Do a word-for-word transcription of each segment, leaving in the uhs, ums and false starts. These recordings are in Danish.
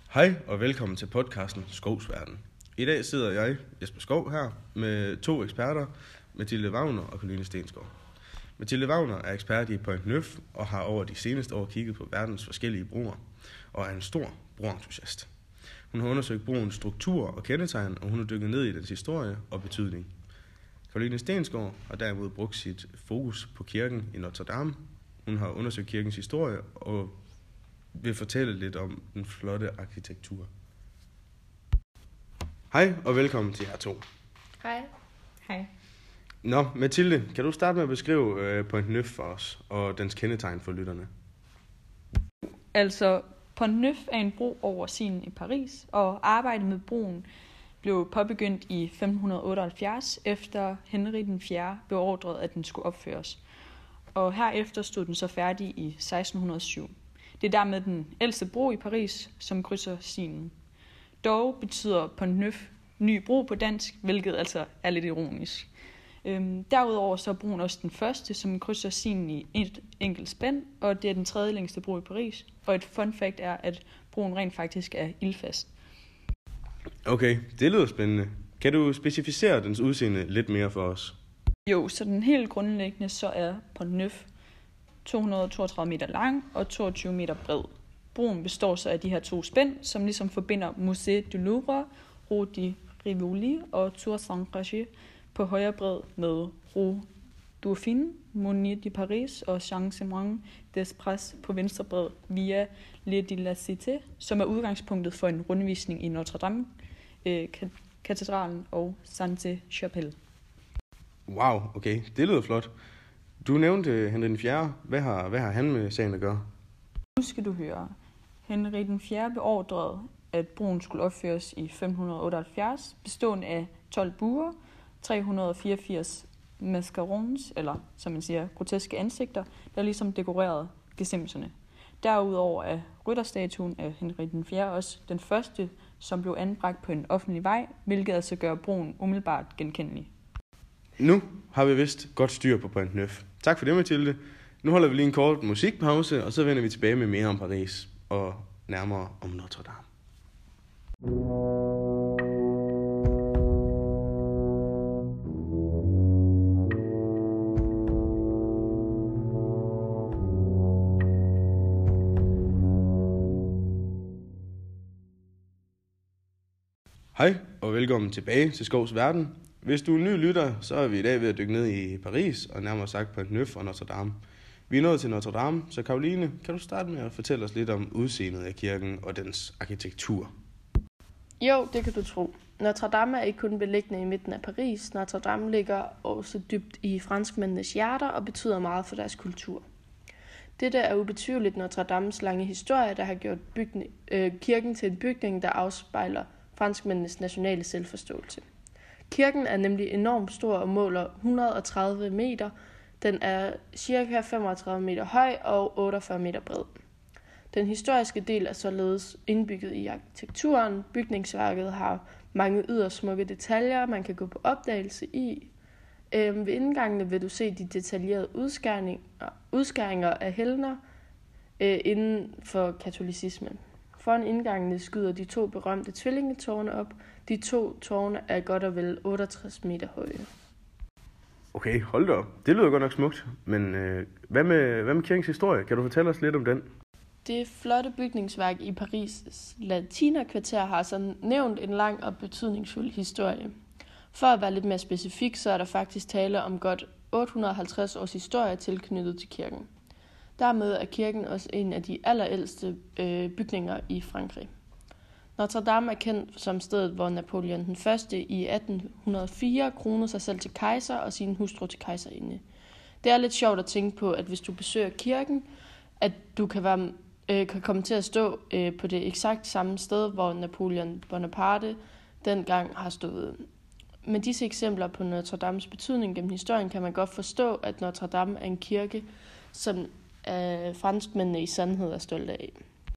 Hej og velkommen til podcasten Skovs Verden. I dag sidder jeg, Jesper Skov, her med to eksperter, Mathilde Wagner og Caroline Stensgaard. Mathilde Wagner er ekspert i Point Neuf og har over de seneste år kigget på verdens forskellige broer og er en stor broentusiast. Hun har undersøgt broens struktur og kendetegn, og hun har dykket ned i dens historie og betydning. Caroline Stensgaard har derimod brugt sit fokus på kirken i Notre Dame. Hun har undersøgt kirkens historie og vil fortælle lidt om den flotte arkitektur. Hej og velkommen til jer to. Hej. Hej. Nå, Mathilde, kan du starte med at beskrive øh, Point Neuf for os og dens kendetegn for lytterne? Altså, Point Neuf er en bro over Seinen i Paris, og arbejdet med broen blev påbegyndt i femten otteoghalvfjerds, efter Henri den fjerde beordrede, at den skulle opføres. Og herefter stod den så færdig i seksten hundrede og syv. Det er dermed den ældste bro i Paris, som krydser Seinen. Dog betyder Point Neuf ny bro på dansk, hvilket altså er lidt ironisk. Øhm, derudover så er broen også den første, som krydser Seinen i et enkelt spænd, og det er den tredje længste bro i Paris. Og et fun fact er, at broen rent faktisk er ildfast. Okay, det lyder spændende. Kan du specificere dens udseende lidt mere for os? Jo, så den helt grundlæggende så er Point Neuf to hundrede og toogtredive meter lang og toogtyve meter bred. Broen består så af de her to spænd, som ligesom forbinder Musée du Louvre, Rue de Rivoli og Tour Saint-Roger på højre bred med Rue Dauphine, Monument de Paris og Champ des Prés på venstre bred via Le de la Cité, som er udgangspunktet for en rundvisning i Notre Dame, øh, katedralen og Sainte-Chapelle. Wow, okay, det lyder flot. Du nævnte Henri den fjerde. Hvad har, hvad har han med sagen at gøre? Nu skal du høre. Henri den fjerde beordrede, at broen skulle opføres i femten otteoghalvfjerds, bestående af tolv buer, tre hundrede og fireogfirs mascarons, eller som man siger, groteske ansigter, der ligesom dekorerede gesimserne. Derudover er rytterstatuen af Henri den fjerde også den første, som blev anbragt på en offentlig vej, hvilket altså gør broen umiddelbart genkendelig. Nu har vi vist godt styr på Point Neuf. Tak for det, Mathilde. Nu holder vi lige en kort musikpause, og så vender vi tilbage med mere om Paris og nærmere om Notre Dame. Hej og velkommen tilbage til Skovs Verden. Hvis du er en ny lytter, så er vi i dag ved at dykke ned i Paris og nærmere sagt Point Neuf og Notre Dame. Vi er nået til Notre Dame, så Caroline, kan du starte med at fortælle os lidt om udseendet af kirken og dens arkitektur? Jo, det kan du tro. Notre Dame er ikke kun beliggende i midten af Paris. Notre Dame ligger også dybt i franskmændenes hjerter og betyder meget for deres kultur. Dette er ubetvivligt Notre Dames lange historie, der har gjort bygning, øh, kirken til en bygning, der afspejler franskmændenes nationale selvforståelse. Kirken er nemlig enormt stor og måler et hundrede og tredive meter. Den er ca. femogtredive meter høj og otteogfyrre meter bred. Den historiske del er således indbygget i arkitekturen. Bygningsværket har mange yderst smukke detaljer, man kan gå på opdagelse i. Øhm, ved indgangene vil du se de detaljerede udskæringer, udskæringer af helgener øh, inden for katolicismen. Foran indgangene skyder de to berømte tvillingetårne op. De to tårne er godt og vel otteogtres meter høje. Okay, hold da op. Det lyder godt nok smukt. Men øh, hvad, med, hvad med kirkens historie? Kan du fortælle os lidt om den? Det flotte bygningsværk i Paris' latinerkvarter har så nævnt en lang og betydningsfuld historie. For at være lidt mere specifik, så er der faktisk tale om godt otte hundrede og halvtreds års historie tilknyttet til kirken. Dermed er kirken også en af de allerældste øh, bygninger i Frankrig. Notre Dame er kendt som stedet, hvor Napoleon den første i atten hundrede og fire kronede sig selv til kejser og sin hustru til kejserinde. Det er lidt sjovt at tænke på, at hvis du besøger kirken, at du kan, være, øh, kan komme til at stå øh, på det eksakt samme sted, hvor Napoleon Bonaparte dengang har stået. Med disse eksempler på Notre Dames betydning gennem historien kan man godt forstå, at Notre Dame er en kirke, som øh, franskmændene i sandhed er stolte af.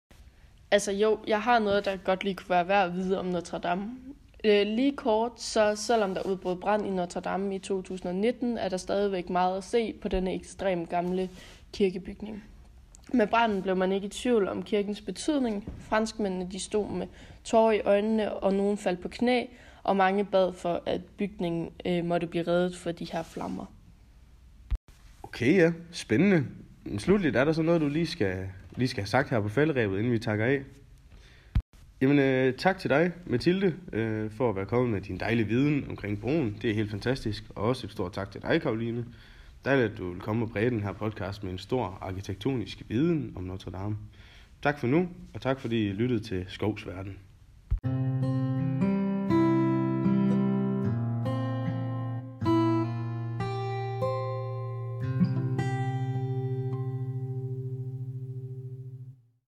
Altså jo, jeg har noget, der godt lige kunne være værd at vide om Notre Dame. Øh, lige kort, så selvom der udbrød brand i Notre Dame i to tusind og nitten, er der stadigvæk meget at se på denne ekstremt gamle kirkebygning. Med branden blev man ikke i tvivl om kirkens betydning. Franskmændene de stod med tårer i øjnene, og nogen faldt på knæ, og mange bad for, at bygningen øh, måtte blive reddet for de her flammer. Okay, ja. Spændende. Men slutligt er der så noget, du lige skal, lige skal have sagt her på falderæbet, inden vi takker af. Jamen, øh, tak til dig, Mathilde, øh, for at være kommet med din dejlige viden omkring broen. Det er helt fantastisk. Og også et stort tak til dig, Karoline. Dejligt, at du vil komme og præge den her podcast med en stor arkitektonisk viden om Notre Dame. Tak for nu, og tak fordi I lyttede til Skovs Verden.